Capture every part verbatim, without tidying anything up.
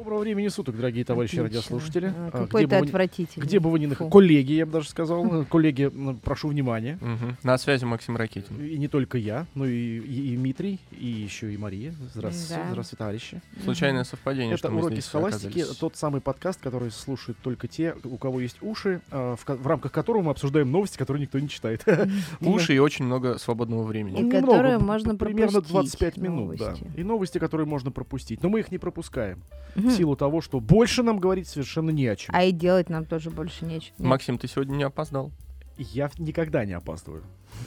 Доброго времени суток, дорогие товарищи Отлично. радиослушатели. А, А, какой где ты бы вы ни- отвратительный. Где бы вы ни Фу. находились, коллеги, я бы даже сказал, коллеги, м, прошу внимания. Мгм. На связи Максим Ракитин. И не только я, но и, и, и Дмитрий, и еще и Мария. Здравствуйте, Да. здравствуйте, товарищи. Случайное совпадение, Это что мы «Уроки здесь схоластики», оказались. тот самый подкаст, который слушают только те, у кого есть уши, а, в, ко- в рамках которого мы обсуждаем новости, которые никто не читает. Уши и очень много свободного И времени. Ну, немного, которые п- можно примерно пропустить, двадцать пять минут, да. новости. И новости, которые можно пропустить. Но мы их не пропускаем. В Мгм. силу того, что больше нам говорить совершенно не о чем. А и делать нам тоже больше нечего. Нет. Максим, ты сегодня не опоздал? Я никогда не опаздываю.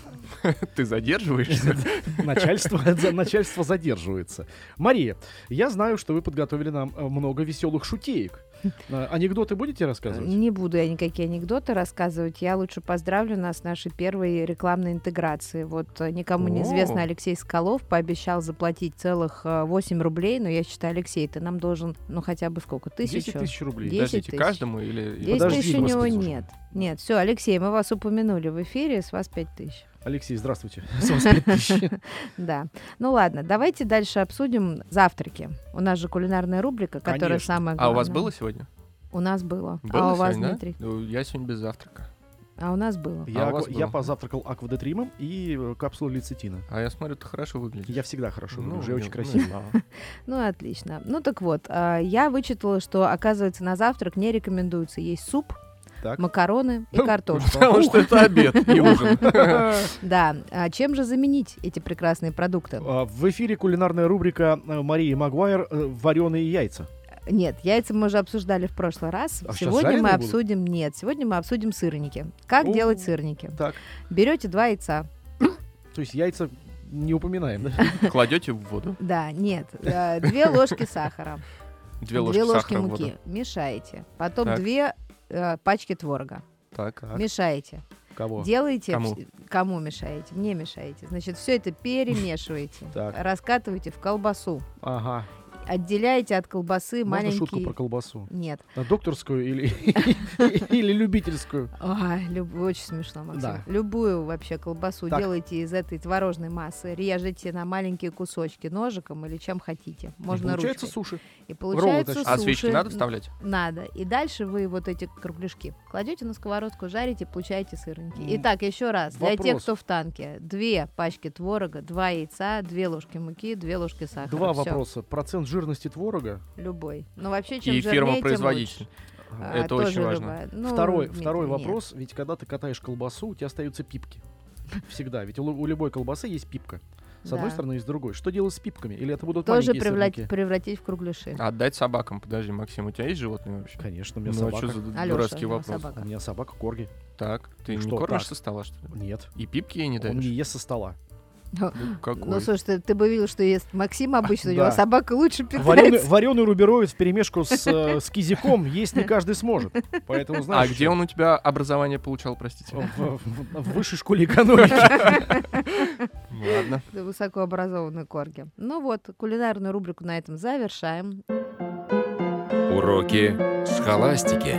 Ты задерживаешься? Начальство, за- начальство задерживается. Мария, я знаю, что вы подготовили нам э, много веселых шутеек. А, Анекдоты будете рассказывать? Не буду я никакие анекдоты рассказывать. Я лучше поздравлю нас с нашей первой рекламной интеграцией. Вот э, никому О. неизвестный Алексей Скалов пообещал заплатить целых э, восемь рублей, но я считаю, Алексей, ты нам должен, ну, хотя бы сколько? десять Тысячу? тысяч рублей. Десять Подождите, тысяч. каждому или... или- десять Подожди, тысяч у него господи, нет. Нет, все, Алексей, мы вас упомянули в эфире, с вас пять тысяч. Алексей, здравствуйте. С вас пять тысяч. Да. Ну ладно, давайте дальше обсудим завтраки. У нас же кулинарная рубрика, которая Конечно. самая А главная. у вас было сегодня? У нас было. Было а у вас, сегодня, да? Дмитрий? Ну, Я сегодня без завтрака. А у нас было. Я, А у вас я было? позавтракал аквадетримом и э, капсулой лецитина. А я смотрю, ты хорошо выглядишь. Я всегда хорошо Ну, выгляжу, я очень ну, красивый. ну, Ну, отлично. Ну, так вот, а, я вычитала, что, оказывается, на завтрак не рекомендуется есть суп, Так. макароны и Ну, картошку. Потому что это обед и ужин. Да. А чем же заменить эти прекрасные продукты? А, В эфире кулинарная рубрика э, Марии Магуайр «Вареные яйца». Нет, яйца мы уже обсуждали в прошлый раз. А сейчас Сегодня мы жареные будут? обсудим... Нет, сегодня мы обсудим сырники. Как О. делать сырники? Так, Берете два яйца. то есть яйца не упоминаем, да? Кладете в воду. Да, нет. э, Две ложки сахара. Две ложки сахара в воду. муки. Мешаете. Потом Так. две э, пачки творога. Так. Так, Мешаете. кого? Делаете... Кому? вс- Кому мешаете? Мне мешаете. Значит, все это перемешиваете. Так. Раскатываете в колбасу. Ага. Отделяете от колбасы Можно маленькие... шутку про колбасу? Нет. А докторскую или, или любительскую? Ой, люб- очень смешно, Максим. Да. Любую вообще колбасу Так. делайте из этой творожной массы, режете на маленькие кусочки ножиком или чем хотите. Можно Получается ручкой. суши. И получается точнее. А свечки суши. надо вставлять? Надо. И дальше вы вот эти кругляшки кладете на сковородку, жарите, получаете сырники. М. Итак, еще раз. Для тех, Вопрос. кто в танке. Две пачки творога, два яйца, две ложки муки, две ложки сахара. Два Всё. вопроса. Процент жирности творога. Любой. Но вообще, чем И жирнее, тем фирма-производитель. лучше. А, Это тоже очень важно. любая. Ну, Второй, Дмитрий, второй нет. вопрос. Ведь когда ты катаешь колбасу, у тебя остаются пипки. Всегда. Ведь у, лю- у любой колбасы есть пипка. С одной Да. стороны и с другой. Что делать с пипками? Или это будут Тоже маленькие преврат- сырники? превратить в кругляши. Отдать собакам. Подожди, Максим, у тебя есть животные вообще? Конечно, у меня Ну, а собака. что за Алёша, дурацкий у него вопрос? собака. У меня собака Корги. Так, ты Что, не кормишь так? со стола, что ли? Нет. И пипки ей не Он не даешь? ест со стола. Ну, какой? Ну, слушай, ты, ты бы видел, что ест Максим обычно, у него Да. собака лучше Вареный, питается. вареный рубероид в перемешку с, э, с кизиком есть не каждый сможет. Поэтому, А знаешь, где он у тебя образование получал, простите? В, в- в высшей школе экономики. Ладно. Ты высокообразованный корги. Ну вот, кулинарную рубрику на этом завершаем. Уроки схоластики.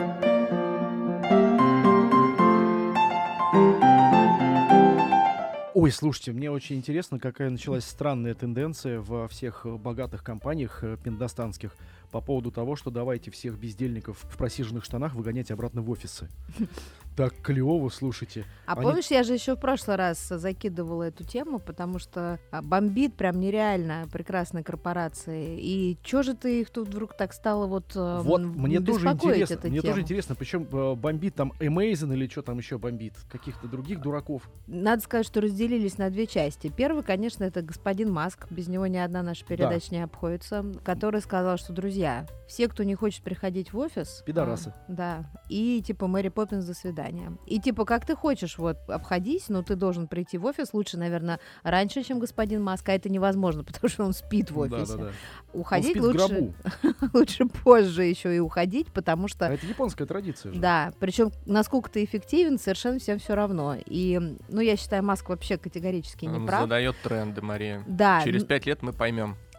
Ой, слушайте, мне очень интересно, какая началась странная тенденция во всех э, богатых компаниях э, пиндостанских по поводу того, что давайте всех бездельников в просиженных штанах выгонять обратно в офисы. Так клево, слушайте. А Они- помнишь, я же еще в прошлый раз закидывала эту тему, потому что а, бомбит прям нереально прекрасные корпорации. И чё же ты их тут вдруг так стало вот, э, Вот, м, мне тоже беспокоить интересно, эта мне тоже тема? интересно, причем э, бомбит там Amazon или что там еще бомбит, каких-то других дураков. Надо сказать, что разделились на две части. Первый, конечно, это господин Маск, без него ни одна наша передача не обходится, который сказал, что, друзья, все, кто не хочет приходить в офис... Пидорасы. а, да. И типа Мэри Поппинс, до свидания. И типа как ты хочешь, вот, обходись, но ты должен прийти в офис лучше, наверное, раньше, чем господин Маск, а это невозможно, потому что он спит в офисе. Да-да-да. Он Уходить спит в лучше, гробу. лучше позже еще и уходить, потому А что... это японская традиция же. Да, причем насколько ты эффективен, совершенно всем все равно. И, ну, я считаю, Маск вообще категорически не Он прав. задает тренды, Мария. Да, Через н- пять лет мы поймем.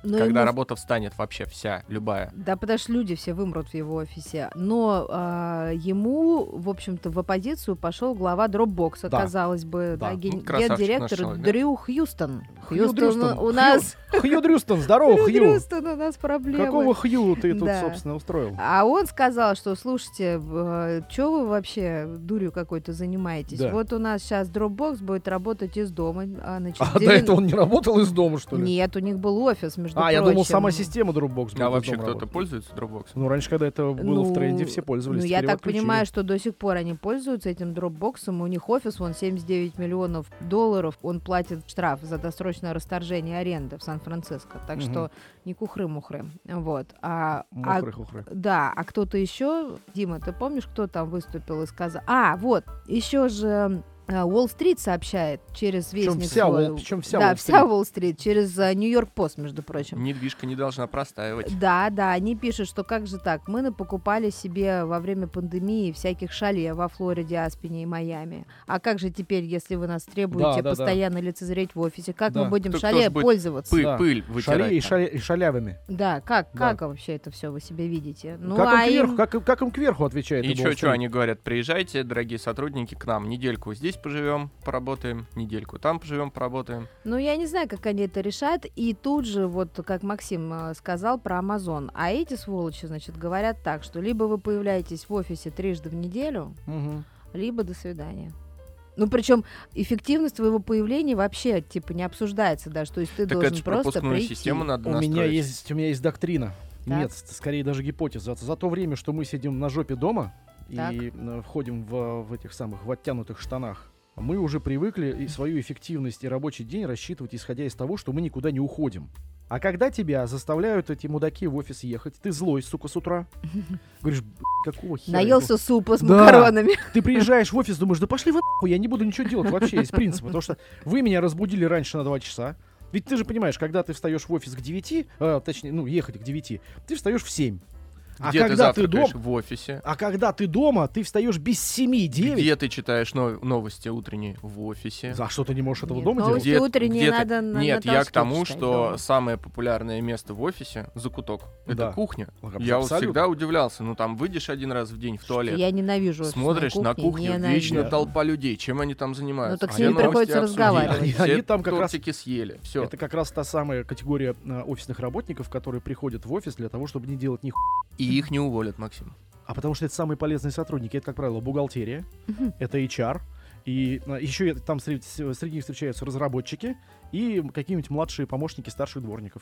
Но Когда ему- работа встанет вообще вся, любая. Да, потому что люди все вымрут в его офисе. Но а, ему, в общем-то, в оппозицию пошел глава Dropbox, Да. казалось бы, Да. да, ген- Ну, красавчик наш гендиректор человек, да. Дрю Хьюстон. Хью Хьюстон Дрюстон. у нас... Хью, Хью Дрюстон, здорово, Хью Хью. Дрюстон, у нас проблемы. Какого Хью ты тут, Да. собственно, устроил? А он сказал, что, слушайте, что вы вообще дурью какой-то занимаетесь? Да. Вот у нас сейчас Dropbox будет работать из дома. А, значит, А до девян- этого он не работал из дома, что ли? Нет, у них был офис, между А, я прочим. думал, сама система Dropbox будет А из вообще дома кто-то работать. пользуется Dropbox? Ну, раньше, когда это было в Ну, тренде, все пользовались. Ну, я теперь его так отключили. понимаю, что до сих пор они пользуются этим дропбоксом. У них офис, вон, семьдесят девять миллионов долларов. Он платит штраф за досрочное расторжение аренды в Сан-Франциско. Так Мгм. что не кухры-мухры. Вот. А, а- Мухры-хухры. да, а кто-то еще, Дима, ты помнишь, кто там выступил и сказал? А, вот, еще же Уолл-стрит сообщает через Причем вестник вся, свой. Уолл- причем вся да, Уолл-стрит. вся Уолл-стрит, через а, Нью-Йорк-Пост, между прочим. Недвижка не должна простаивать. Да, да, они пишут, что как же так, мы покупали себе во время пандемии всяких шале во Флориде, Аспене и Майами. А как же теперь, если вы нас требуете Да, да, да. постоянно лицезреть в офисе, как Да. мы будем Кто- кто шале ж будет пользоваться? Пыль, Да. пыль вытирать. Шале и, там. шале- и шалявыми. Да, как, Да. как вообще это все вы себе видите? Ну, как, а им кверху, им- как, как им кверху отвечает? И и что, Уолл-стрит? что они говорят? Приезжайте, дорогие сотрудники, к нам. Недельку здесь поживем, поработаем. Недельку там поживем, поработаем. Ну, я не знаю, как они это решат. И тут же, вот как Максим э, сказал про Amazon. А эти сволочи, значит, говорят так, что либо вы появляетесь в офисе трижды в неделю, Мгм. либо до свидания. Ну, причем эффективность твоего появления вообще, типа, не обсуждается даже. То есть ты Так должен это ж просто пропускную прийти. систему надо У настроить. меня есть, у меня есть доктрина. Так. Нет, с- скорее даже гипотеза. За, за то время, что мы сидим на жопе дома Так. и э, входим в, в этих самых в оттянутых штанах, мы уже привыкли и свою эффективность и рабочий день рассчитывать, исходя из того, что мы никуда не уходим. А когда тебя заставляют эти мудаки в офис ехать, ты злой, сука, с утра. Говоришь, «Б***ь, какого хера? я Наелся супа с Да. макаронами. Ты приезжаешь в офис, думаешь, да пошли вы нахуй, я не буду ничего делать вообще из принципа, потому что вы меня разбудили раньше на два часа. Ведь ты же понимаешь, когда ты встаешь в офис к девяти, э, точнее, ну, ехать к девяти, ты встаешь в семь. А Где ты когда ты, завтракаешь? дом, В офисе. а когда ты дома, ты встаешь без семи девять. Где ты читаешь но- новости утренние? В офисе. За что ты не можешь этого Нет, дома новости делать? Где- утренние где ты- надо на- Нет, на я к толчке тому, читать что дома. самое популярное место в офисе — закуток. Это Да. кухня. Ну, Я вот абсолютно. всегда удивлялся. Ну, там выйдешь один раз в день в туалет, Я ненавижу офисную смотришь на кухню, кухню, ненавижу. вечно толпа людей. Чем они там занимаются? Ну, так с Все ними новости приходится обсудили, разговаривать. Они- все они там как раз- тортики съели. Все. Это как раз та самая категория э, офисных работников, которые приходят в офис для того, чтобы не делать ни ху... И их не уволят, Максим. А потому что это самые полезные сотрудники. Это, как правило, бухгалтерия, Мгм. это эйч ар, и еще там среди, среди них встречаются разработчики и какие-нибудь младшие помощники старших дворников.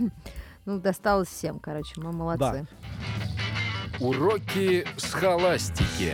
Ну, досталось всем, короче, мы молодцы. Уроки схоластики.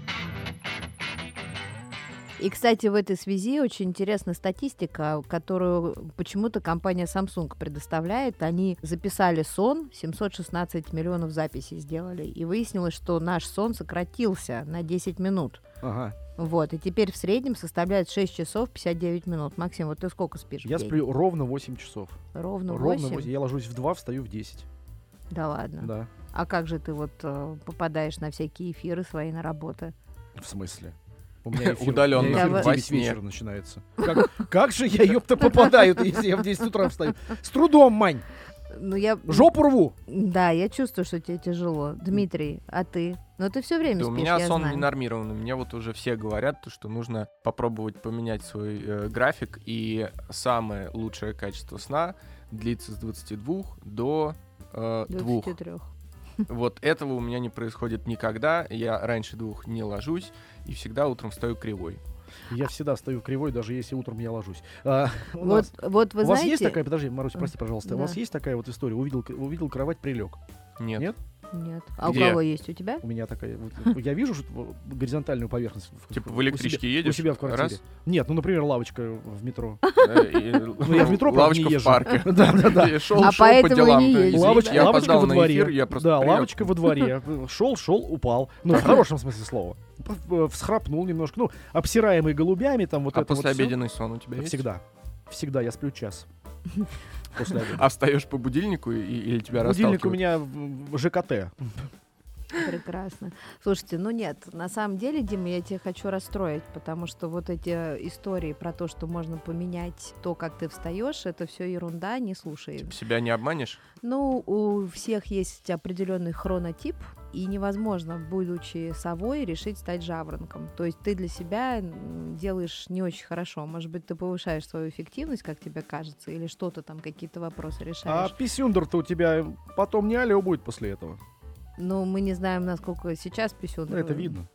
И, кстати, в этой связи очень интересная статистика, которую почему-то компания Samsung предоставляет. Они записали сон, семьсот шестнадцать миллионов записей сделали, и выяснилось, что наш сон сократился на десять минут. Ага. Вот, и теперь в среднем составляет шесть часов пятьдесят девять минут. Максим, вот ты сколько спишь? в Я день? сплю ровно восемь часов. Ровно Ровно восемь? восемь. Я ложусь в два, встаю в десять. Да ладно. Да. А как же ты вот э, попадаешь на всякие эфиры свои на работы? В смысле? У меня эфир, Удаленно, у меня эфир во в девять сне. вечера начинается. Как, как же я, ёпта, попадаю, если я в десять утра встаю? С трудом, Мань. Ну, я... Жопу рву. Да, я чувствую, что тебе тяжело. Дмитрий, а ты? Ну, ты все время Да, спишь, у меня я сон знаю. ненормированный. Мне вот уже все говорят, то, что нужно попробовать поменять свой э, график. И самое лучшее качество сна длится с двадцати двух до э, двух. двадцати трёх. Вот этого у меня не происходит никогда. Я раньше двух не ложусь и всегда утром встаю кривой. Я всегда стою кривой, даже если утром я ложусь. А, у Вот, нас- вот вы у вас знаете... есть такая, подожди, Марусь, прости, пожалуйста, у Да. вас есть такая вот история, увидел, к- увидел кровать, прилег? Нет. Нет? Нет. А Где? у кого есть? У тебя? У меня такая, вот, я вижу что, вот, горизонтальную поверхность. в- Типа в- в электричке у себя, едешь, У себя в квартире. раз. Нет, ну, например, лавочка в метро. Э, и- Ну, я в метро, правда, Лавочка не в езжу. парке. Да, да, да. Я шел, А шел по поэтому делам. не да, ездишь, извините, Лавочка, я лавочка опоздал во на дворе. эфир, я просто да, приехал. лавочка во дворе. Шел, шел, упал. Ну, в хорошем смысле слова. П- Всхрапнул немножко. Ну, обсираемый голубями, там вот А это вот всё. послеобеденный сон у тебя есть? Всегда. Всегда я сплю час. После обеда. А встаешь по будильнику и- или тебя Будильник у расталкивают? меня в в ЖКТ. Прекрасно. Слушайте, ну нет, на самом деле, Дима, я тебя хочу расстроить, потому что вот эти истории про то, что можно поменять то, как ты встаешь, это все ерунда, не слушай. Типа себя не обманешь? Ну, у всех есть определенный хронотип, и невозможно, будучи совой, решить стать жаворонком. То есть ты для себя делаешь не очень хорошо. Может быть, ты повышаешь свою эффективность, как тебе кажется, или что-то там, какие-то вопросы А решаешь. писюндер-то у тебя потом не алё будет после этого. Ну, мы не знаем, насколько сейчас писюн. Ну, это видно.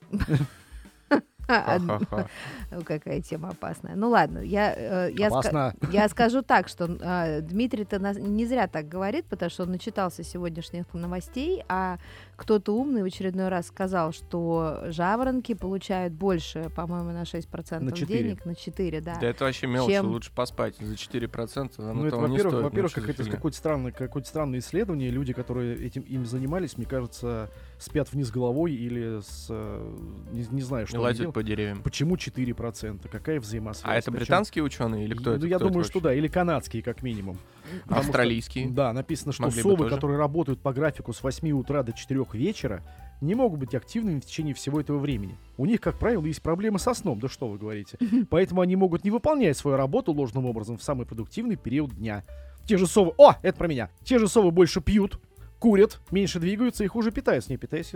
Ха-ха-ха. Ну, какая тема опасная. Ну ладно, я, э, я, ска- Опасно. я скажу так, что э, Дмитрий-то нас- не зря так говорит, потому что он начитался сегодняшних новостей, а кто-то умный в очередной раз сказал, что жаворонки получают больше, по-моему, на шесть процентов На четыре. денег, на четыре, да. Да это вообще мелочь, Чем- лучше поспать за четыре процента, оно Ну, это, того не во-первых, стоит. во-первых, ну, что за какое-то, фигня? какое-то, странное, какое-то странное исследование. Люди, которые этим им занимались, мне кажется, спят вниз головой или с... э, Не, не знаю, что Не они лазят делают. по деревьям. Почему четыре процента? Какая взаимосвязь? А это Причем- британские ученые или кто ну, это? я Кто это думаю, что вообще? да, или канадские, как минимум. Потому что- Австралийские. Да, написано, что Могли бы совы, тоже. которые работают по графику с восьми утра до четырёх вечера, не могут быть активными в течение всего этого времени. У них, как правило, есть проблемы со сном, да что вы говорите. Поэтому они могут не выполнять свою работу ложным образом в самый продуктивный период дня. Те же совы... О, это про меня. Те же совы больше пьют, курят, меньше двигаются и хуже питаются. Не питаясь,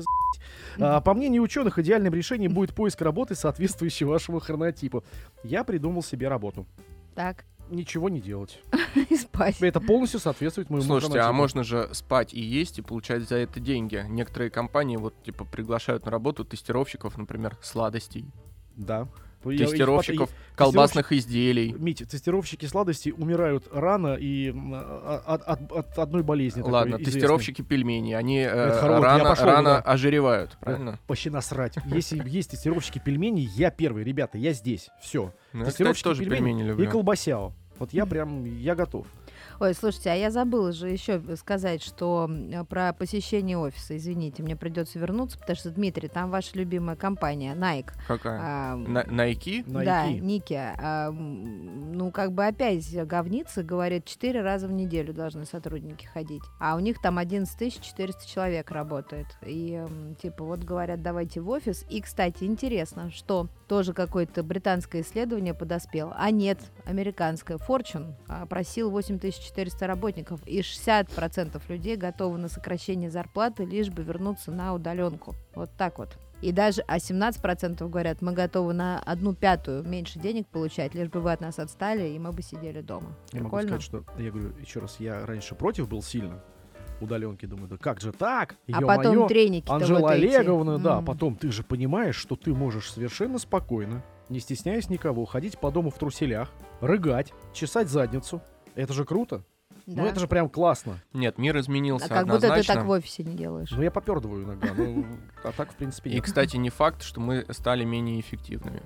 а, по мнению ученых, идеальным решением будет поиск работы, соответствующей вашему хронотипу. Я придумал себе работу. Так, Ничего не делать. и спать. Это полностью соответствует моему Слушайте, а хронотипу. можно же спать и есть и получать за это деньги. Некоторые компании вот типа приглашают на работу тестировщиков, например, сладостей, Да. Я- я- тестировщиков и- колбасных изделий. Митя, тестировщики сладостей умирают рано и м, а- от, от- от одной болезни. такой Ладно, известной. тестировщики пельменей, они э, Это хоро- я рано, пошел рано туда. ожиревают, правильно? Вообще насрать. Если есть тестировщики пельменей, я первый. Ребята, я здесь. Все. Ну, я, кстати, Тестировщики тоже пельменей пельмени И люблю. колбасяо. Вот я прям, я готов. Ой, слушайте, а я забыла же еще сказать, что м, про посещение офиса. Извините, мне придется вернуться, потому что, Дмитрий, там ваша любимая компания, Nike. Какая? А, На- Nike? Да, Nike. Ники. А, м, ну, как бы опять говница, говорит, четыре раза в неделю должны сотрудники ходить. А у них там одиннадцать тысяч четыреста человек работает. И, м, типа, вот говорят, давайте в офис. И, кстати, интересно, что тоже какое-то британское исследование подоспело. А нет, американское. Fortune а, просил восемь тысяч четыреста работников, и шестьдесят процентов людей готовы на сокращение зарплаты, лишь бы вернуться на удаленку. Вот так вот. И даже, а семнадцать процентов говорят, мы готовы на одну пятую меньше денег получать, лишь бы вы от нас отстали, и мы бы сидели дома. Я могу Прикольно? сказать, что, я говорю еще раз, я раньше против был сильно удаленки. Думаю, да как же так? А Ё-моё. потом треники-то Анжела вот эти. Олеговна, да, М. потом ты же понимаешь, что ты можешь совершенно спокойно, не стесняясь никого, ходить по дому в труселях, рыгать, чесать задницу. Это же круто. Да. Ну это же прям классно. Нет, мир изменился А как будто ты однозначно. так в офисе не делаешь. Ну я попердываю иногда, ну, а так в принципе И, нет. кстати, не факт, что мы стали менее эффективными.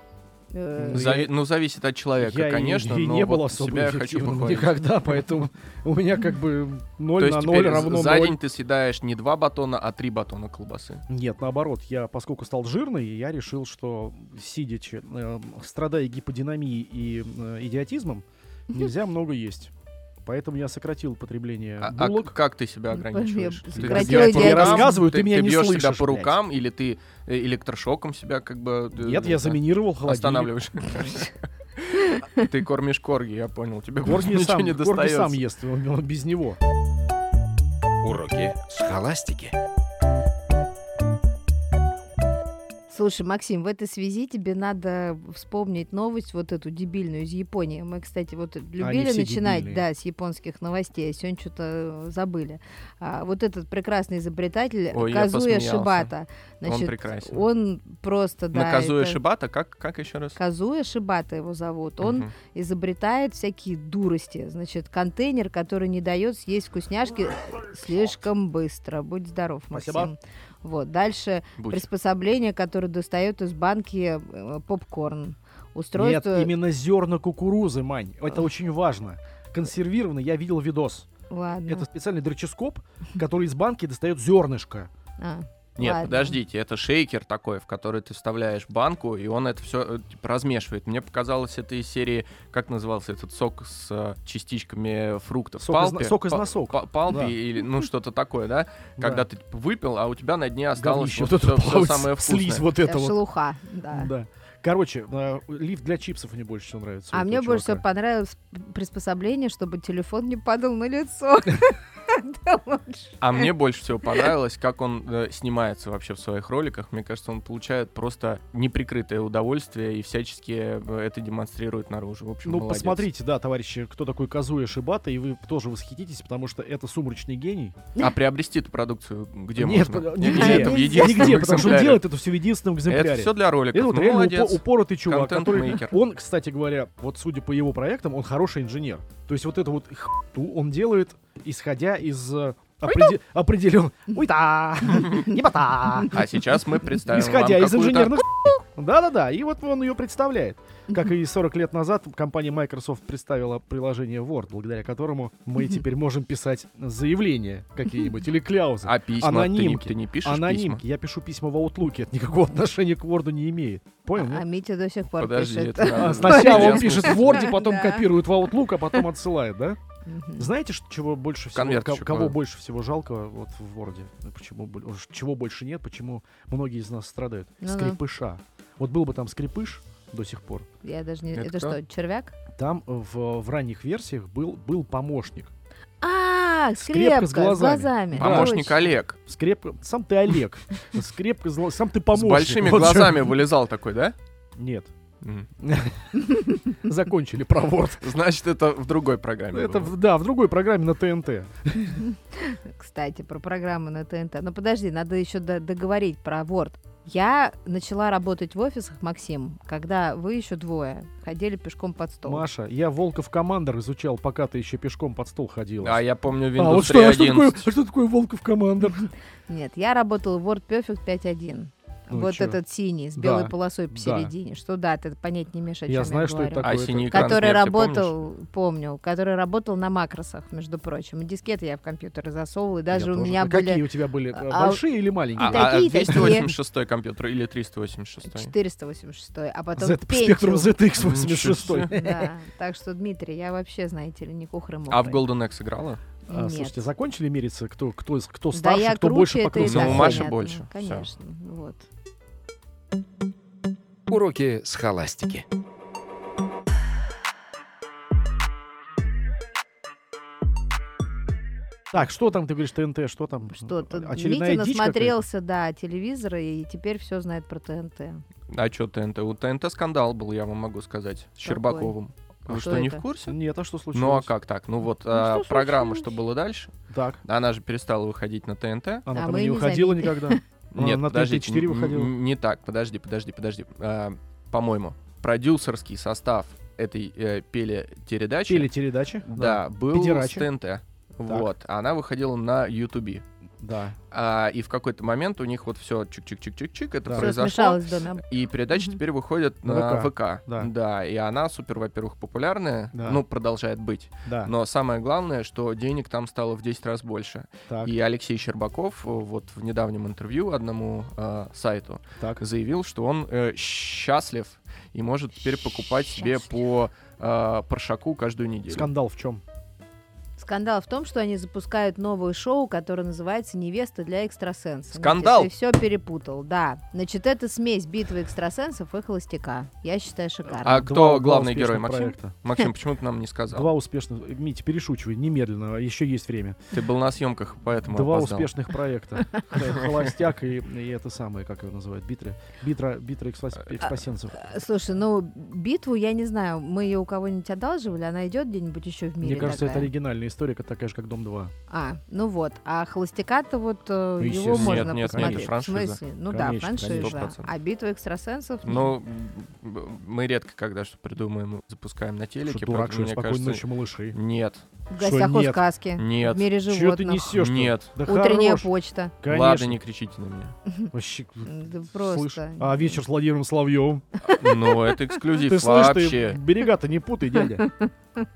Э, Ну, Зави- я- Ну, зависит от человека, Я и- конечно, и, но не вот был особо себя я хочу эффективным похвалить. никогда, поэтому у меня как бы ноль То есть на теперь ноль з- равно за ноль. день ты съедаешь не два батона, а три батона колбасы. Нет, наоборот, я, поскольку стал жирный, я решил, что сидячи, э, страдая гиподинамией и э, идиотизмом, нельзя много есть. Поэтому я сократил потребление А, а булок. к- как ты себя ограничиваешь? Я Ты сократила бьёшь по идиотизм. рукам? Рассказываю, ты меня не бьёшь себя слышишь, по блядь. рукам, или ты э, электрошоком себя как бы... э, Нет, я это, заминировал холодильник. останавливаешь. Ты кормишь корги, я понял. Тебе Корги ничего сам, не Корги достается. сам ест, он- он без него. Уроки схоластики. Слушай, Максим, в этой связи тебе надо вспомнить новость вот эту дебильную из Японии. Мы, кстати, вот любили все начинать, дебильные. да, с японских новостей, а сегодня что-то забыли. А, вот этот прекрасный изобретатель Ой, я Казуя посмеялся. Шибата. Он прекрасен. Он просто, да. Наказуя это- Шибата, как, как еще раз? Казуя Шибата его зовут. Он Мгм. изобретает всякие дурости. Значит, контейнер, который не дает съесть вкусняшки слишком быстро. Будь здоров, Максим. Спасибо. Вот. Дальше Будь. приспособление, которое достает из банки э, попкорн. Нет, Устройство... именно зерна кукурузы, Мань. Это очень важно. Консервированно, я видел видос. Ладно. Это специальный дроческоп, который из банки достает зернышко. А. Нет, Ладно. подождите, это шейкер такой, в который ты вставляешь банку, и он это все типа, размешивает. Мне показалось, это из серии, как назывался этот сок с э, частичками фруктов? Сок из Палпи? на- сок из Па- носок. па- Палпи Да. или ну что-то такое, да? Когда ты типа, выпил, а у тебя на дне осталось Говнище, вот вот это всё- всё плавает, самое вкусное. слизь вот это вот. Шелуха, да. Да. Короче, э, лифт для чипсов мне больше всего нравится. у А этого мне больше всего чувака. понравилось приспособление, чтобы телефон не падал на лицо. Это лучше. А мне больше всего понравилось, как он э, снимается вообще в своих роликах. Мне кажется, он получает просто неприкрытое удовольствие и всячески э, это демонстрирует наружу. В общем, Ну, молодец. посмотрите, да, товарищи, кто такой Казуя Шибата, и вы тоже восхититесь, потому что это сумрачный гений. А приобрести эту продукцию где Нет, можно? под- Не, нигде. не, это в единственном Нигде, потому что он экземпляре. делает это все в единственном экземпляре. Это все для роликов. Это вот Ну, реально молодец. упо- упоротый чувак, который... Контент-мейкер. Он, кстати говоря, вот судя по его проектам, он хороший инженер. То есть вот это вот х**ту он делает, исходя из определенного... Ой-та! Ебата! А сейчас мы представим Исходя вам из какую-то- инженерных... Да-да-да, и вот он ее представляет. Как и сорок лет назад компания Microsoft представила приложение Word, благодаря которому мы теперь можем писать заявления какие-нибудь или кляузы. А письма ты не, Анонимки. ты не пишешь Анонимки. письма? Я пишу письма в Outlook, это никакого отношения к Word не имеет. Понял? А нет? Митя до сих пор Подожди, пишет. это надо- А, сначала он Я пишет в слушаю. Word, потом Да. копирует в Outlook, а потом отсылает, да? Мгм. Знаете, что, чего больше всего, Конверт ко- еще кого кладут. больше всего жалко вот в Word? Почему, бо- уж чего больше нет, почему многие из нас страдают? Ну-ну. Скрипыша. Вот был бы там скрипыш до сих пор, Я даже не... Это Это кто? что, червяк? там в, в ранних версиях был, был помощник. А, Скрепка скрепка с с глазами. глазами. Помощник Точно. Олег. Скрепка... Сам ты Олег. Скрепка, зла- сам ты С помощник. большими Вот глазами чё. вылезал такой, да? Нет. М. Закончили про Word. Значит, это в другой программе Это, было. в- да, в другой программе на ТНТ. Кстати, про программы на ТНТ. Ну подожди, надо еще до- договорить про Word. Я начала работать в офисах, Максим, когда вы еще двое ходили пешком под стол. Маша, я Волков Командер изучал, пока ты еще пешком под стол ходила. А я помню А, Windows вот что, а что, такое, три а что такое Волков Командер? Нет, я работала в WordPerfect пять точка один. Ну, вот чё? этот синий, с Да, белой полосой да. посередине. Что да, ты понять не имеешь, о чем Я я знаю, что это говорю. такое. А синий это- экран Который смерти, работал, помню, который работал на макросах, между прочим. И дискеты я в компьютеры засовывала, и даже Я у тоже. меня А были Какие у тебя были? э, А- Большие или маленькие? А, И такие, а двести такие. восемьдесят шестой компьютер или триста восемьдесят шестой? четыреста восемьдесят шесть, а потом Z, спектрум Pentium. зет икс восемьдесят шесть. Ничего себе. Да, так что, Дмитрий, я вообще, знаете ли, не кухры А в Golden X играла? А, Нет. слушайте, закончили мериться, кто, кто, из- кто Да старше, я кто круче, больше это и покрылся? так Ну, Маша понятно. больше. Всё. Конечно, вот. Уроки схоластики. Так, что там, ты говоришь, ТНТ, что там? Что-то Очередная Митя дичь насмотрелся, да, телевизора, и теперь все знает про ТНТ. А что ТНТ? У ТНТ скандал был, я вам могу сказать, с Щербаковым. Вы А что, что не это? в курсе? какая-то? Нет, а что случилось? Ну а как так? Ну вот Ну, а, что программа, случилось? что было дальше, Так, она же перестала выходить на ТНТ. она А там мы и не не выходила заметили. никогда. Она Нет, на подождите, ТНТ четыре н- выходила. н- не так, подожди, подожди, подожди. А, по-моему, продюсерский состав этой э, передачи, Телепередача. да, был Педерачи. с ТНТ. Вот, она выходила на Ютубе. Да. А, и в какой-то момент у них вот все чик-чик-чик-чик-чик, это Да. Все произошло. смешалось в доме. И передача Мгм. теперь выходит На на ВК. ВК. Да. и она супер, во-первых, популярная, Да. ну, продолжает быть. Да. Но самое главное, что денег там стало в десять раз больше. Так, И Алексей Щербаков э, вот в недавнем интервью одному э, сайту так. заявил, что он э, счастлив и может теперь покупать себе по э, паршаку каждую неделю. Скандал в чем? Скандал в том, что они запускают новое шоу, которое называется «Невеста для экстрасенсов». Скандал! Ты все перепутал, да. Значит, это смесь битвы экстрасенсов и холостяка. Я считаю, шикарно. А Два- кто два главный успешных герой, Максим? проекта. Максим, почему ты нам не сказал? Два успешных... Митя, перешучивай, немедленно, еще есть время. Ты был на съемках, поэтому Два опоздал. успешных проекта. Х- Холостяк и, и это самое, как его называют, битра. Битра, битра экспас- экспасенцев. Э, Слушай, ну, битву, я не знаю, мы ее у кого-нибудь одалживали, она идет где-нибудь еще в мире Мне кажется, это такая? оригинальная история, такая же, как Дом два. А, ну вот. А холостяка-то вот э, Ну, его естественно. можно Нет, нет, нет, посмотреть. это франшиза. В смысле? Ну Конечно, да, франшиза. сто процентов. А битва экстрасенсов? Ну, м, мы редко когда что придумаем, запускаем на телеке. Что, дурак, поэтому, что ли? мне Спокойной кажется, ночи, малыши. Нет, в гостях у нет? сказки. нет. В мире Чего ты животных. несешь? Нет. Да Утренняя хорош. почта. Конечно. Ладно, не кричите на меня. Вообще, Да слышь, просто. а вечер с Владимиром Соловьевым? Ну, это эксклюзив Ты слышишь, вообще. ты берега-то не путай, дядя.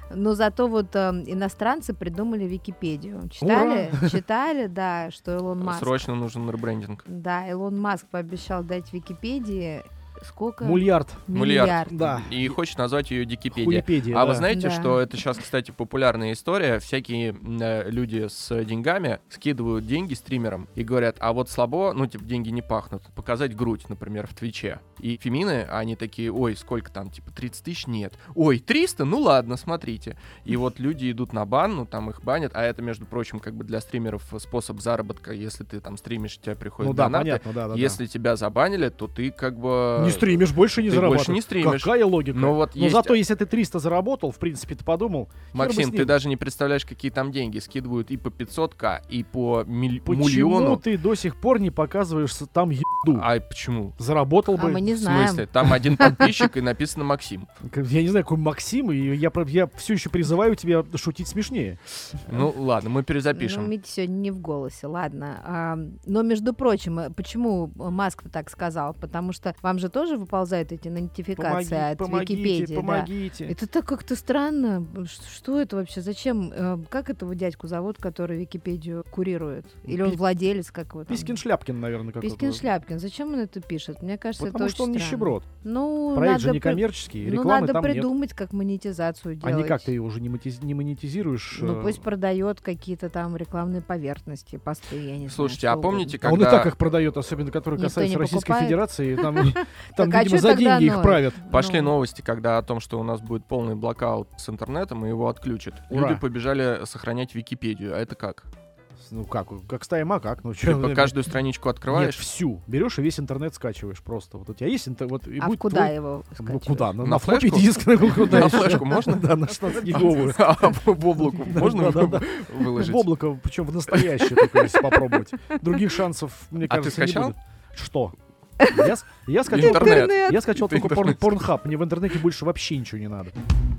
Но зато вот э, иностранцы придумали Википедию. Читали? Читали, да, что Илон Маск... Срочно нужен ребрендинг. Да, Илон Маск пообещал дать Википедии сколько? Мульярд. Мульярд. Да. И хочет назвать ее Дикипедия. Хуепедия, А да. вы знаете, Да. что это сейчас, кстати, популярная история? Всякие э, люди с деньгами скидывают деньги стримерам и говорят, а вот слабо, ну, типа, деньги не пахнут, показать грудь, например, в Твиче. И фемины, они такие, ой, сколько там, типа, тридцать тысяч? Нет. Ой, триста? Ну ладно, смотрите. И вот люди идут на бан, ну, там их банят, а это, между прочим, как бы для стримеров способ заработка, если ты там стримишь, тебе приходят Ну да, донаты. понятно, да, да. Если тебя забанили, то ты как бы... Не стримишь, больше не Ты зарабатываешь. больше не стримишь. Какая логика? Но вот Но есть- зато, если ты триста заработал, в принципе, ты подумал, хер бы Максим, с ты ним. даже не представляешь, какие там деньги. Скидывают и по пятьсот тысяч, и по миль- Почему миллиону. ты до сих пор не показываешь с- там еду? А почему? Заработал А бы. мы не В знаем. смысле? Там один подписчик и написано Максим. Я не знаю, какой Максим, и я, про- я все еще призываю тебя шутить смешнее. Ну ладно, мы Ну, перезапишем. Митя сегодня не в голосе, ладно. А, но, между прочим, э, почему Маск так сказал? Потому что вам же тоже выползают эти нотификации от помогите, Википедии. да. помогите. Это так как-то странно. Ш- Что это вообще? Зачем? Э, Как этого дядьку зовут, который Википедию курирует? Или он Пи- владелец, как его там? Пискин Шляпкин, наверное, какой-то. Пискин Шляпкин. Зачем он это пишет? Мне кажется, Потому это что он очень нищеброд. странно. Ну, Проект надо же при- некоммерческий, Ну, рекламы надо там нет. придумать, как монетизацию А делать. никак ты ее уже не, монетиз- не монетизируешь. Ну, э, пусть продает какие-то там рекламные поверхности, посты, я не Слушайте, знаю. а что помните, А он и когда так их продает, особенно которые Никто касаются не Российской покупает? Федерации. Там, там, Так, а видимо, чё за тогда деньги их оно? правят. пошли Ну. новости, когда о том, что у нас будет полный блокаут с интернетом, и его отключат. Ура. Люди побежали сохранять Википедию. А это как? Ну как, как стая макак. Ну, чё, Типа каждую страничку Нет, открываешь? всю. Берешь и весь интернет скачиваешь просто. Вот у тебя есть интернет, вот, и А будет куда твой- его Ну скачиваешь? куда? На, На на флоппи флешку? диск, на куда На еще? флешку можно? Да, на шестнадцатигиговую. А в облаку можно Да, да, выложить? В облако, причем в настоящее, только если попробовать. Других шансов, мне А ты кажется, не скачал? будет. Что? Я, с- я скачал, Интернет. я скачал только порн, Интернет. порнхаб. Мне в интернете больше вообще ничего не надо.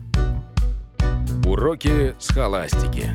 Уроки схоластики.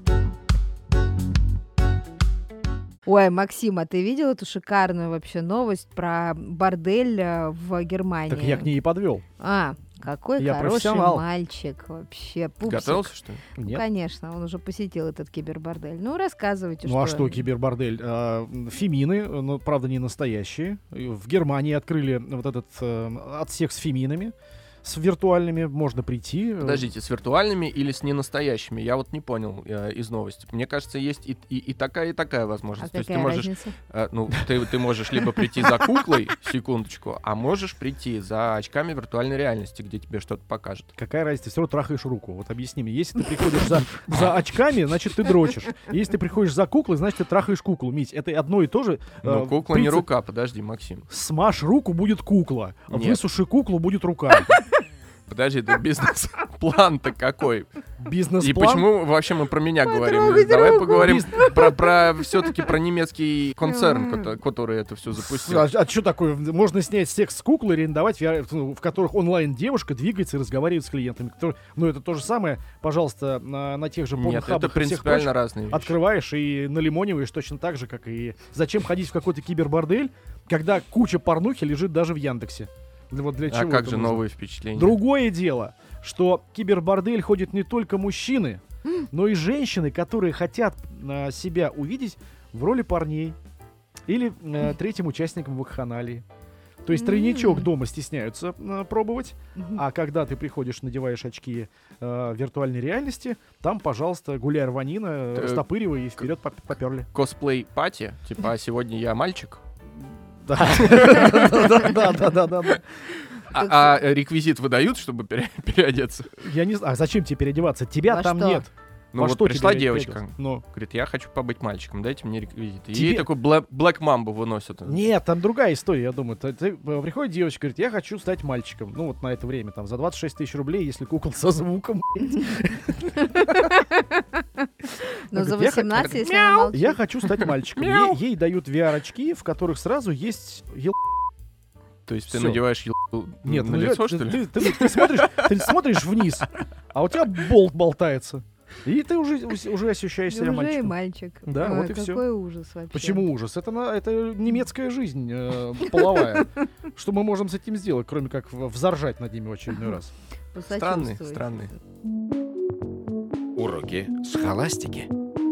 Ой, Максим, а ты видел эту шикарную вообще новость про бордель э, в Германии? Так я к ней и подвел. А, какой Я хороший профессионал. мальчик вообще, пупсик. Готовился, что ли? Ну, Нет. конечно, он уже посетил этот кибербордель. Ну, рассказывайте, Ну а что, кибербордель? А, фемины, ну, правда, не настоящие. И В Германии открыли вот этот э, отсек с феминами, с виртуальными. Можно прийти. э, Подождите, с виртуальными или с ненастоящими? Я вот не понял э, из новости. Мне кажется, есть и, и, и такая, и такая А возможность. То есть ты какая можешь, разница? э, ну, ты, ты можешь либо прийти за куклой, секундочку, а можешь прийти за очками виртуальной реальности, где тебе что-то покажут. Какая разница? Ты все равно трахаешь руку. Вот объясни мне. Если ты приходишь за, за очками, значит, ты дрочишь. Если ты приходишь за куклой, значит, ты трахаешь куклу. Мить, это одно и то же. Ну, э, кукла не принцип. рука, подожди, Максим. Смажь руку, будет кукла. Нет. Высуши куклу, будет рука. Подожди, это бизнес-план-то какой? И Бизнес-план. почему вообще мы про меня говорим? Потрогать Давай руку. поговорим про, про все-таки про немецкий концерн, М. кото- который это все запустил. А, а что такое? Можно снять секс с куклой, арендовать, ви ар, ну, в которых онлайн девушка двигается и разговаривает с клиентами. которые- ну, это то же самое, пожалуйста, на, на тех же Нет, порнхабах это и всех принципиально прочих. разные вещи. Открываешь и налимониваешь точно так же, как и... Зачем ходить в какой-то кибербордель, когда куча порнухи лежит даже в Яндексе? Да вот для А чего как это же нужно? новые впечатления? Другое дело, что в кибербордель ходят не только мужчины, но и женщины, которые хотят а, себя увидеть в роли парней или а, третьим участником вакханалии. То есть тройничок М. дома стесняются а, пробовать, Мгм. а когда ты приходишь, надеваешь очки а, виртуальной реальности, там, пожалуйста, гуляй рванина, Ты- растопыривай и вперед поперли. Косплей-пати? Типа, а сегодня я мальчик? Да, да, да, да, да. А, а реквизит выдают, чтобы пере- переодеться? Я не знаю, а зачем тебе переодеваться? Тебя Во там что? нет. Ну Во вот что пришла тебе девочка, переодеваться? Ну. говорит, я хочу побыть мальчиком, дайте мне реквизит. И Тебе- ей такой Black, Black Mamba выносят. Нет, там другая история, я думаю. Ты- ты- э, приходит девочка, говорит, я хочу стать мальчиком. Ну вот на это время, там, за двадцать шесть тысяч рублей, если кукол со звуком. Ну, за говорит, я хот- восемнадцать, если Мяу. она молчит. Я хочу стать мальчиком. Мяу. Ей, ей дают ви ар-очки, в которых сразу есть... ел- То есть ты Всё. надеваешь ел- Нет, на ну, лицо, ты, что ли? Ты, ты- ты смотришь, ты смотришь вниз, а у тебя болт болтается. И ты уже, уже ощущаешь себя Уже и мальчиком. мальчик. Да, Ой, вот и всё. какой ужас вообще. Почему ужас? Это, на- это немецкая жизнь э, половая. Что мы можем с этим сделать, кроме как в- взоржать над ними в очередной раз? Странный, Посочувствовать. странный. Уроки схоластики.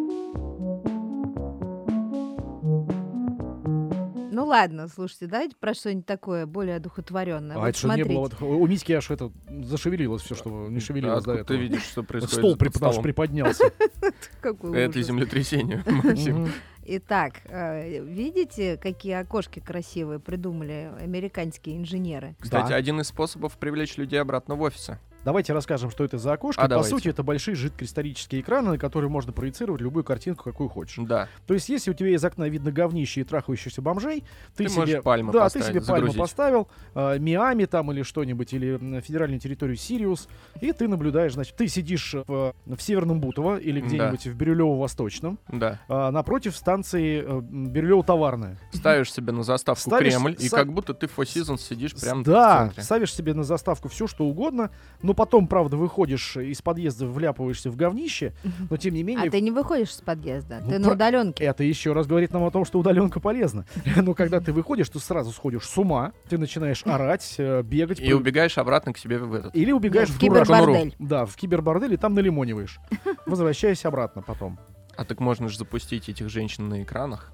Ну ладно, слушайте, давайте про что-нибудь такое более одухотворенное. А Вот это что не смотрите. было? Вот, у Митьки аж это зашевелилось все, что не А шевелилось до откуда ты этого. видишь, что Вот происходит стол под прип- наш столом? приподнялся. Какой Это ужас. землетрясение, Максим. Мгм. Итак, э, видите, какие окошки красивые придумали американские инженеры? Кстати, Да. один из способов привлечь людей обратно в офисы. Давайте расскажем, что это за окошко. А По давайте. сути, это большие жидкокристаллические экраны, на которые можно проецировать любую картинку, какую хочешь. Да. То есть, если у тебя из окна видно говнище и трахающихся бомжей, ты, Ты себе, можешь пальму да, поставить, ты себе пальму загрузить. поставил, э, Миами там или что-нибудь, или м, федеральную территорию Сириус, и ты наблюдаешь, значит, ты сидишь в, в Северном Бутово или Да. где-нибудь в Бирюлево-Восточном, Да. а, напротив станции э, Бирюлево-Товарная. Ставишь себе на заставку Ставишь Кремль, и са- как будто ты в Four Seasons сидишь прямо Да, в центре. ставишь себе на заставку все, что угодно, но потом, правда, выходишь из подъезда, вляпываешься в говнище, но тем не менее... А ты не выходишь из подъезда, Ну, ты на про- удаленке. Это еще раз говорит нам о том, что удаленка полезна. Но когда ты выходишь, ты сразу сходишь с ума, ты начинаешь орать, э, бегать. И пры- убегаешь обратно к себе в этот. Или убегаешь Ну, в в дурак. кибербордель. Да, в кибербордель, и там налимониваешь. Возвращаясь обратно потом. А так можно же запустить этих женщин на экранах.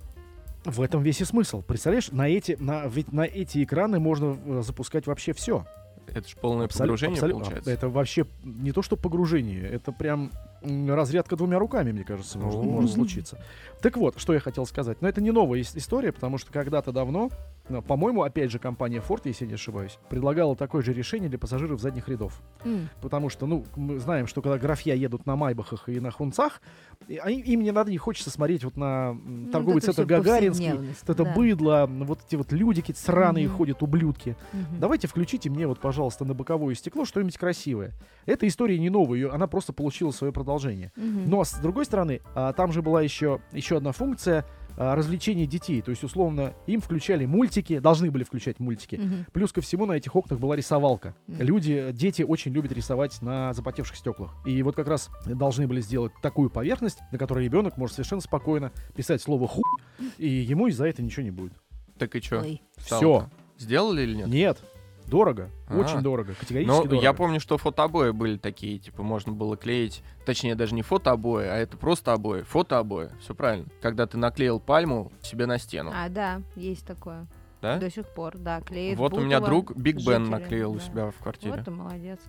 В этом весь и смысл. Представляешь, на эти, на, ведь на эти экраны можно э, запускать вообще все. Это же полное погружение получается. Это вообще не то, что погружение, это прям м, разрядка двумя руками, мне кажется, может, О. может случиться. Так вот, что я хотел сказать. Но это не новая ис- история, потому что когда-то давно, ну, по-моему, опять же, компания Ford, если я не ошибаюсь, предлагала такое же решение для пассажиров задних рядов. М. Потому что, ну, мы знаем, что когда графья едут на Майбахах и на Хунцах, и они- им не надо, не хочется смотреть вот на м, Ну, торговый вот это центр всё Гагаринский, повседневность, вот это да. быдло, вот эти вот люди какие-то сраные Мгм. ходят, ублюдки. Мгм. Давайте включите мне вот, пожалуйста, на боковое стекло что-нибудь красивое. Эта история не новая, её- она просто получила свое продолжение. Мгм. Но, с другой стороны, а, там же была еще, еще одна функция а, развлечения детей. То есть, условно, им включали мультики, должны были включать мультики. Мгм. Плюс ко всему на этих окнах была рисовалка. Мгм. Люди, дети очень любят рисовать на запотевших стеклах. И вот как раз должны были сделать такую поверхность, на которой ребенок может совершенно спокойно писать слово «ху», и ему из-за этого ничего не будет. Так и что? Ой. Все. Сделали или нет? Нет. Дорого. А. Очень дорого. Категорически Ну, дорого. я помню, что фотообои были такие, типа, можно было клеить, точнее, даже не фотообои, а это просто обои, фотообои, все правильно. Когда ты наклеил пальму себе на стену, А, да, есть такое. да? До сих пор, да, клеит Вот у меня Бутово друг Биг Бен жители, наклеил у да. себя в квартире. Вот ты молодец.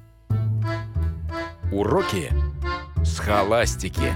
Уроки схоластики.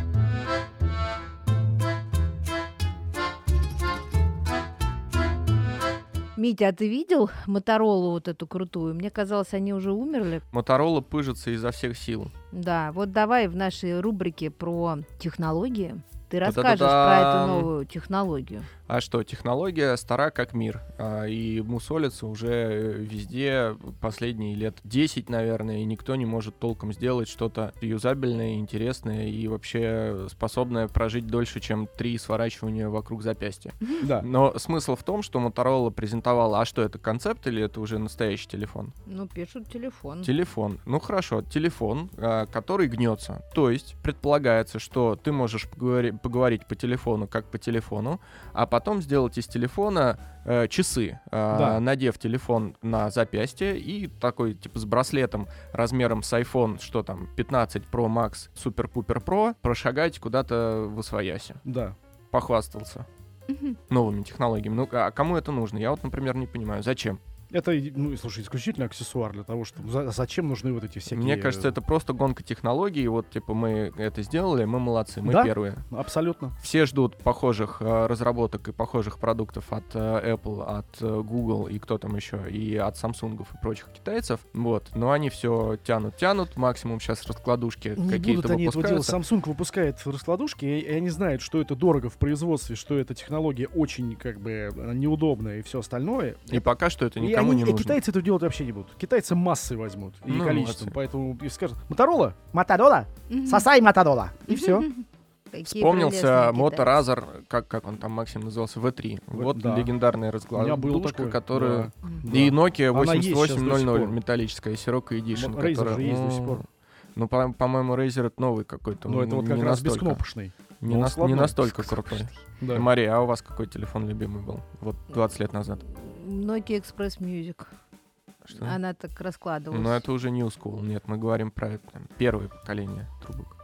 Митя, а ты видел Моторолу вот эту крутую? Мне казалось, они уже умерли. Моторола пыжится изо всех сил. Да, вот давай в нашей рубрике про технологии ты расскажешь про Та-да-да-дам. эту новую технологию. А что, технология стара как мир, а, и мусолится уже э, везде последние лет десять, наверное, и никто не может толком сделать что-то юзабельное, интересное и вообще способное прожить дольше, чем три сворачивания вокруг запястья. Да. Но смысл в том, что Motorola презентовала, а что это, концепт или это уже настоящий телефон? Ну, пишут телефон. Телефон. Ну хорошо, телефон, а, который гнется. То есть предполагается, что ты можешь поговори- поговорить по телефону как по телефону, а потом сделать из телефона э, часы, э, Да. надев телефон на запястье и такой типа с браслетом размером с iPhone, что там, пятнадцать Pro Max Super Cooper Pro, прошагать куда-то в освояси. Да. Похвастался Мгм. новыми технологиями. Ну, а кому это нужно? Я вот, например, не понимаю. Зачем? Это, ну, слушай, исключительно аксессуар для того, чтобы... за- зачем нужны вот эти всякие... Мне кажется, это просто гонка технологий. Вот, типа, мы это сделали, мы молодцы, мы Да. первые. Абсолютно. Все ждут похожих э, разработок и похожих продуктов от э, Apple, от э, Google и кто там еще, и от Samsung и прочих китайцев. Вот. Но они все тянут, тянут. Максимум сейчас раскладушки Не какие-то будут они этого делать. выпускаются. Samsung выпускает раскладушки, и, и они знают, что это дорого в производстве, что эта технология очень, как бы, она неудобная и все остальное. И пока что это И никому они- не и нужно. китайцы это делать вообще не будут. Китайцы массой возьмут и Ну, количеством. молодцы. Поэтому и скажут: Моторола, Моторола, Мгм. сосай Моторола. И все. Какие Вспомнился прелестные Moto китайцы. Razr, как, как он там, Максим, назывался, ви три. В- Вот да. легендарная У меня был раскладушка, такой. которую... да, Мгм. да. И Nokia Она есть восемьдесят восемь ноль сейчас до ноль, сих пор. металлическая, Sirocco Edition. Вот Razer которая- же есть до сих М, пор. Ну, по- по-моему, Razer это новый какой-то. Но это вот не как раз настолько. бескнопочный. Не, но нас- складной. не настолько крутой. Да. Мария, а у вас какой телефон любимый был? Вот двадцать лет назад. Nokia Express Music. Что? Она так раскладывалась. Ну, это уже new school. Нет, мы говорим про это, там, первое поколение трубок.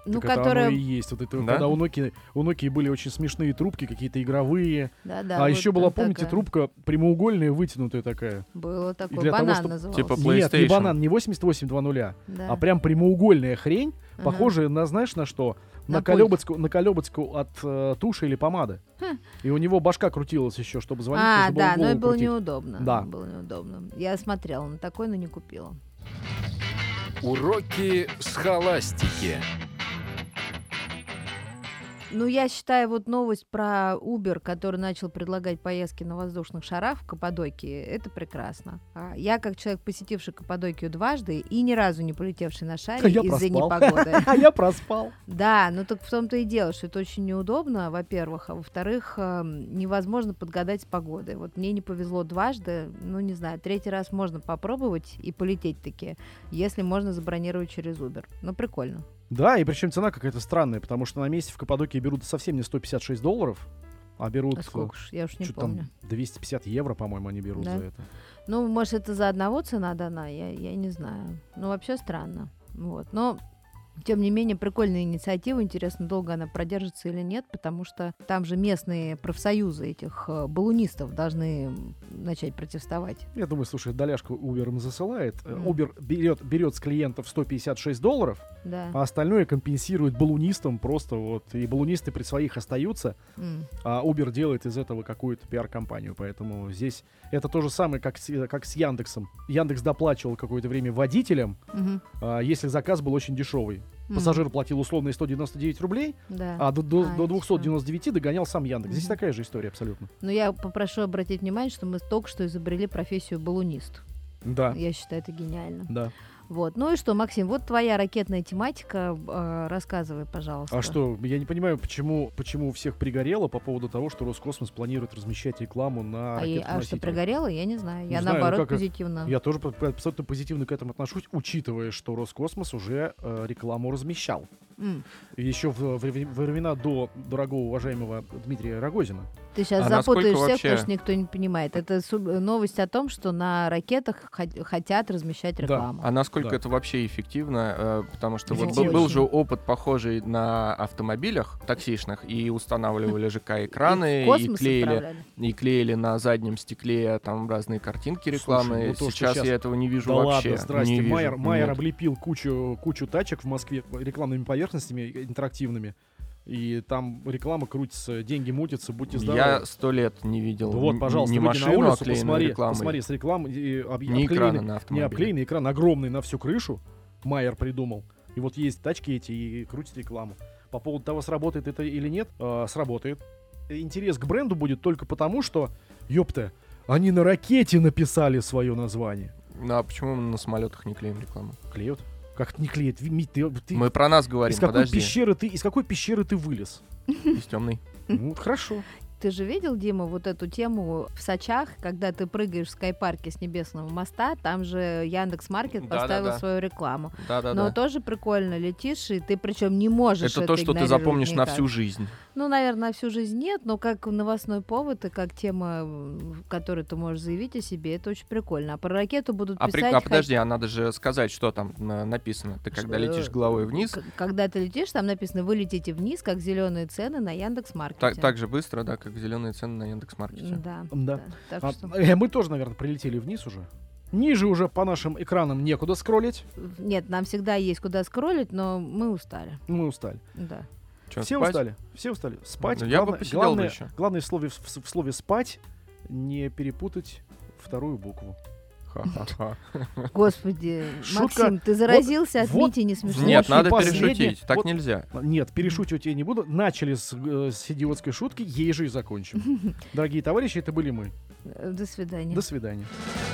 Ну, Так это которая... оно и есть. Вот это, Да? когда у Nokia, у Nokia были очень смешные трубки, какие-то игровые. Да-да, а вот еще была, там помните, такая. трубка прямоугольная, вытянутая такая. Было такое, для того, банан чтоб- назывался. Типа Нет, не PlayStation. банан, не восемьдесят восемь два ноль, Да. а прям прямоугольная хрень, Ага. похожая на, знаешь, на что? На На колебочку, на колебочку от э, туши или помады. Хм. И у него башка крутилась еще, чтобы звонить, А, нужно было да, но голову это было крутить. неудобно. Да. Было неудобно. Я смотрела на такой, но не купила. Уроки схоластики. Ну, я считаю, вот новость про Uber, который начал предлагать поездки на воздушных шарах в Каппадокии, это прекрасно. А я, как человек, посетивший Каппадокию дважды и ни разу не полетевший на шаре Я из-за проспал. непогоды. А я проспал. Да, ну так в том-то и дело, что это очень неудобно, во-первых, а во-вторых, эм, невозможно подгадать с погодой. Вот мне не повезло дважды, ну не знаю, третий раз можно попробовать и полететь таки, если можно забронировать через Uber. Ну прикольно. Да, и причем цена какая-то странная, потому что на месте в Каппадокии берут совсем не сто пятьдесят шесть долларов, а берут А сколько ж, я уж не что-то помню. там двести пятьдесят евро, по-моему, они берут Да? за это. Ну, может, это за одного цена дана, я, я не знаю. Ну, вообще странно. Вот. Но, тем не менее, прикольная инициатива. Интересно, долго она продержится или нет, потому что там же местные профсоюзы этих э, баллонистов должны начать протестовать. Я думаю, слушай, доляшку Uber им засылает. Э, Мгм. Uber берет, берет с клиентов сто пятьдесят шесть долларов, Да. а остальное компенсирует баллонистам просто вот. И баллонисты при своих остаются, М. а Uber делает из этого какую-то пиар-компанию. Поэтому здесь это то же самое, как с, как с Яндексом. Яндекс доплачивал какое-то время водителям, Мгм. а, если заказ был очень дешевый. М. Пассажир платил условные сто девяносто девять рублей, Да. а до, до, А, до это двести девяносто девять догонял сам Яндекс. Здесь Мгм. такая же история абсолютно. Но я попрошу обратить внимание, что мы только что изобрели профессию баллонист. Да, Я считаю, это гениально. да. Вот. Ну и что, Максим, вот твоя ракетная тематика. э, рассказывай, пожалуйста. А что, я не понимаю, почему, почему у всех пригорело по поводу того, что Роскосмос планирует размещать рекламу на А, и- а что, ракетоносителях. пригорело? Я не знаю. Не Я знаю, ну наоборот как это- позитивно. Я тоже по- по- абсолютно позитивно к этому отношусь, учитывая, что Роскосмос уже э, рекламу размещал. М. И еще в, в вре- во времена до дорогого уважаемого Дмитрия Рогозина. Ты сейчас А насколько запутаешь всех, вообще- потому что никто не понимает. Это су- новость о том, что на ракетах хот- хотят размещать Да. рекламу. А насколько Да. это вообще эффективно? э, Потому что вот был, Эффективно. был же опыт похожий на автомобилях таксишных, и устанавливали ЖК-экраны, И в и, космос клеили, отправляли. и клеили на заднем стекле там разные картинки рекламы. Слушай, ну то, что сейчас щас- я этого не вижу Да вообще. ладно, здрасте. Не вижу. Майер, Майер Нет. облепил кучу, кучу тачек в Москве рекламными поверхностями интерактивными. И там реклама крутится, деньги мутятся, будьте здоровы. Я сто лет не видел Вот, н- пожалуйста, ни выйди на машину, улицу, оклеенную посмотри, рекламой, посмотри, с рекламой, и об- ни экрана обклеенный, на не автомобиле. обклеенный экран, огромный на всю крышу, Майер придумал. И вот есть тачки эти, и крутят рекламу. По поводу того, сработает это или нет, э, сработает. Интерес к бренду будет только потому, что, ёпта, они на ракете написали свое название. Ну а почему мы на самолетах не клеим рекламу? Клеют? Как это не клеит? Ви- Мить, ты, ты- Мы про нас говорим, из какой подожди. пещеры ты, из какой пещеры ты вылез? Из темной. Ну, хорошо. Ты же видел, Дима, вот эту тему в Сочах, когда ты прыгаешь в скайпарке с Небесного моста, там же Яндекс.Маркет Да, поставил да, да. свою рекламу. Но Да-да-да. тоже прикольно, летишь, и ты причем не можешь Это то, что ты игнорировать запомнишь на никак. всю жизнь. Ну, наверное, на всю жизнь нет, но как новостной повод и как тема, в которой ты можешь заявить о себе, это очень прикольно. А про ракету будут А, при- писать... а подожди, а надо же сказать, что там на- написано. Ты когда Что, летишь э, головой вниз, К- Когда ты летишь, там написано «Вы летите вниз, как зеленые цены на Яндекс.Маркете». так, так же быстро, да, как зеленые цены на Яндекс.Маркете. Да. Да. Так А, что э, мы тоже, наверное, прилетели вниз уже. Ниже уже по нашим экранам некуда скроллить. нет, нам всегда есть куда скроллить, но мы устали. Мы устали. Да. Чё, Все спать? устали. Все устали. Спать. Ну, я бы главное, посидел бы главное, ещё. главное в слове, в, в слове спать не перепутать вторую букву. Ха-ха-ха. Господи, Шутка. Максим, ты заразился от вот- Мити, не смешно. Нет, Очень надо последняя- перешутить. Так вот- нельзя. Нет, перешутить я не буду. Начали с, э, с идиотской шутки, ей же и закончим. Дорогие товарищи, это были мы. До свидания. До свидания.